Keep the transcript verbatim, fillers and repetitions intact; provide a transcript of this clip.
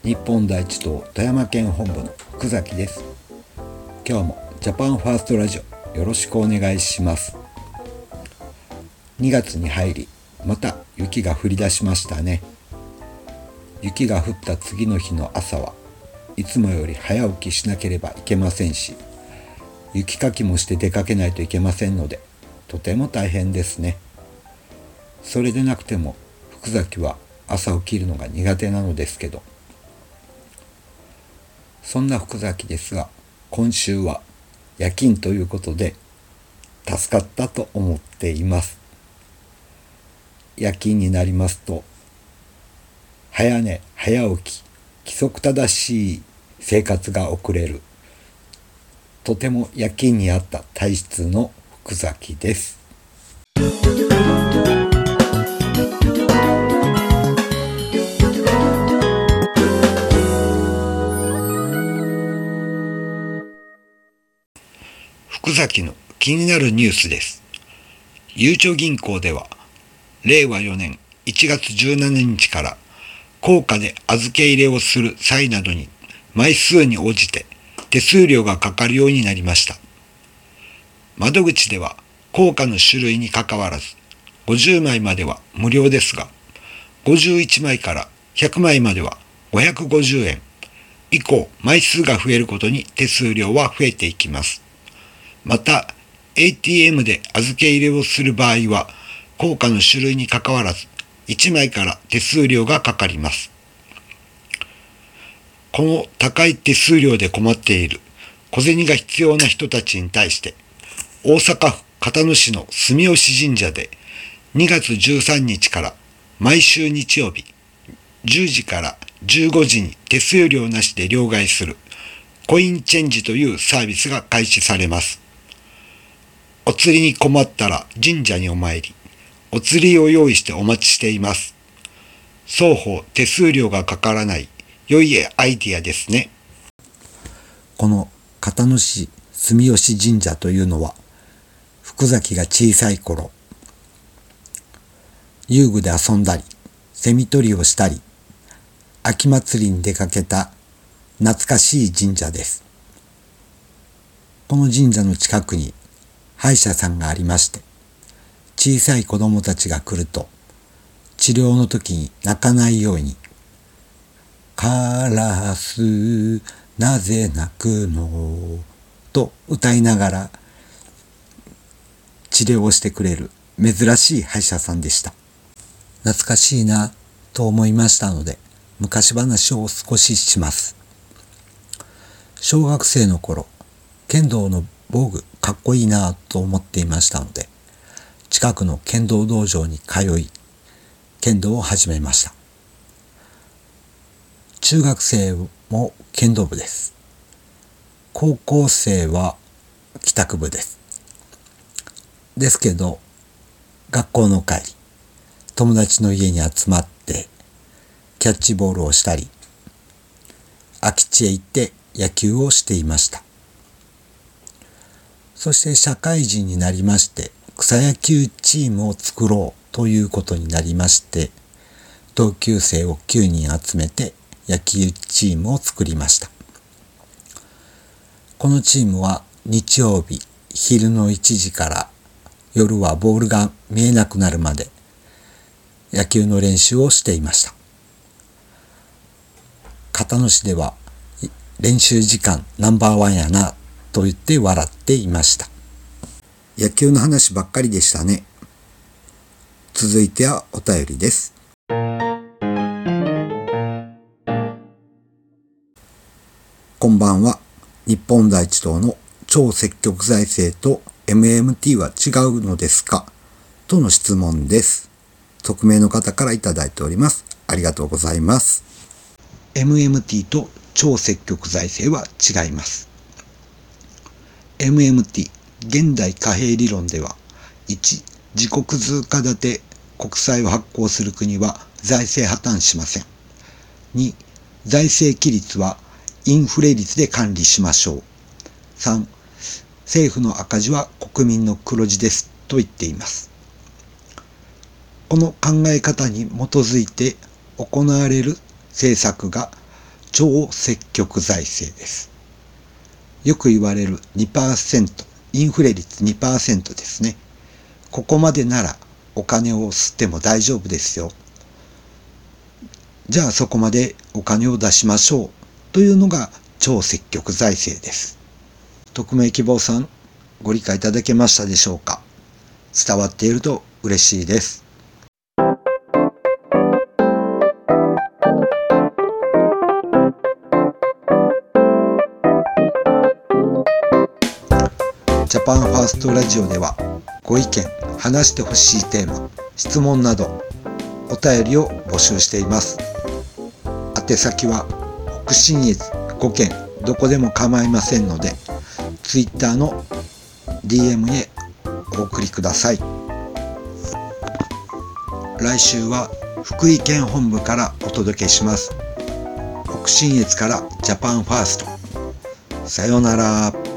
日本第一党富山県本部の福崎です。今日もジャパンファーストラジオよろしくお願いします。にがつに入りまた雪が降り出しましたね。雪が降った次の日の朝はいつもより早起きしなければいけませんし、雪かきもして出かけないといけませんので、とても大変ですね。それでなくても福崎は朝起きるのが苦手なのですけど、そんな福崎ですが、今週は夜勤ということで助かったと思っています。夜勤になりますと早寝早起き、規則正しい生活が送れる、とても夜勤に合った体質の福崎です。福崎の気になるニュースです。ゆうちょ銀行ではれいわよねんいちがつじゅうしちにちから硬貨で預け入れをする際などに枚数に応じて手数料がかかるようになりました。窓口では硬貨の種類にかかわらずごじゅうまいまでは無料ですが、ごじゅういちまいからひゃくまいまではごひゃくごじゅうえん、以降枚数が増えることに手数料は増えていきます。また エーティーエム で預け入れをする場合は硬貨の種類にかかわらずいちまいから手数料がかかります。この高い手数料で困っている小銭が必要な人たちに対して、大阪府交野市の住吉神社でにがつじゅうさんにちから毎週日曜日じゅうじからじゅうごじに手数料なしで両替するコインチェンジというサービスが開始されます。お釣りに困ったら神社にお参り、お釣りを用意してお待ちしています。双方手数料がかからない良いアイディアですね。この交野市住吉神社というのは、福崎が小さい頃、遊具で遊んだり、セミ取りをしたり、秋祭りに出かけた懐かしい神社です。この神社の近くに歯医者さんがありまして、小さい子供たちが来ると治療の時に泣かないように、カラスなぜ泣くのと歌いながら治療をしてくれる珍しい歯医者さんでした。懐かしいなと思いましたので、昔話を少しします。小学生の頃、剣道の防具かっこいいなと思っていましたので、近くの剣道道場に通い、剣道を始めました。中学生も剣道部です。高校生は帰宅部です。ですけど、学校の帰り、友達の家に集まってキャッチボールをしたり、空き地へ行って野球をしていました。そして社会人になりまして、草野球チームを作ろうということになりまして、同級生をきゅうにん集めて野球チームを作りました。このチームは日曜日昼のいちじから夜はボールが見えなくなるまで野球の練習をしていました。交野市では練習時間ナンバーワンやなと言って笑っていました。野球の話ばっかりでしたね。続いてはお便りです。こんばんは。日本第一党の超積極財政と エムエムティー は違うのですかとの質問です。匿名の方からいただいております。ありがとうございます。エムエムティー と超積極財政は違います。エムエムティー、現代貨幣理論では、いち、自国通貨建て国債を発行する国は財政破綻しません。に、財政規律はインフレ率で管理しましょう。さん、政府の赤字は国民の黒字ですと言っています。この考え方に基づいて行われる政策が超積極財政です。よく言われる にパーセント、インフレ率 にパーセント ですね。ここまでならお金を吸っても大丈夫ですよ。じゃあそこまでお金を出しましょうというのが超積極財政です。匿名希望さん、ご理解いただけましたでしょうか。伝わっていると嬉しいです。ジャパンファーストラジオではご意見、話してほしいテーマ、質問などお便りを募集しています。宛先は北信越ごけんどこでも構いませんので、ツイッターの ディーエム へお送りください。来週は福井県本部からお届けします。北信越からジャパンファースト。さようなら。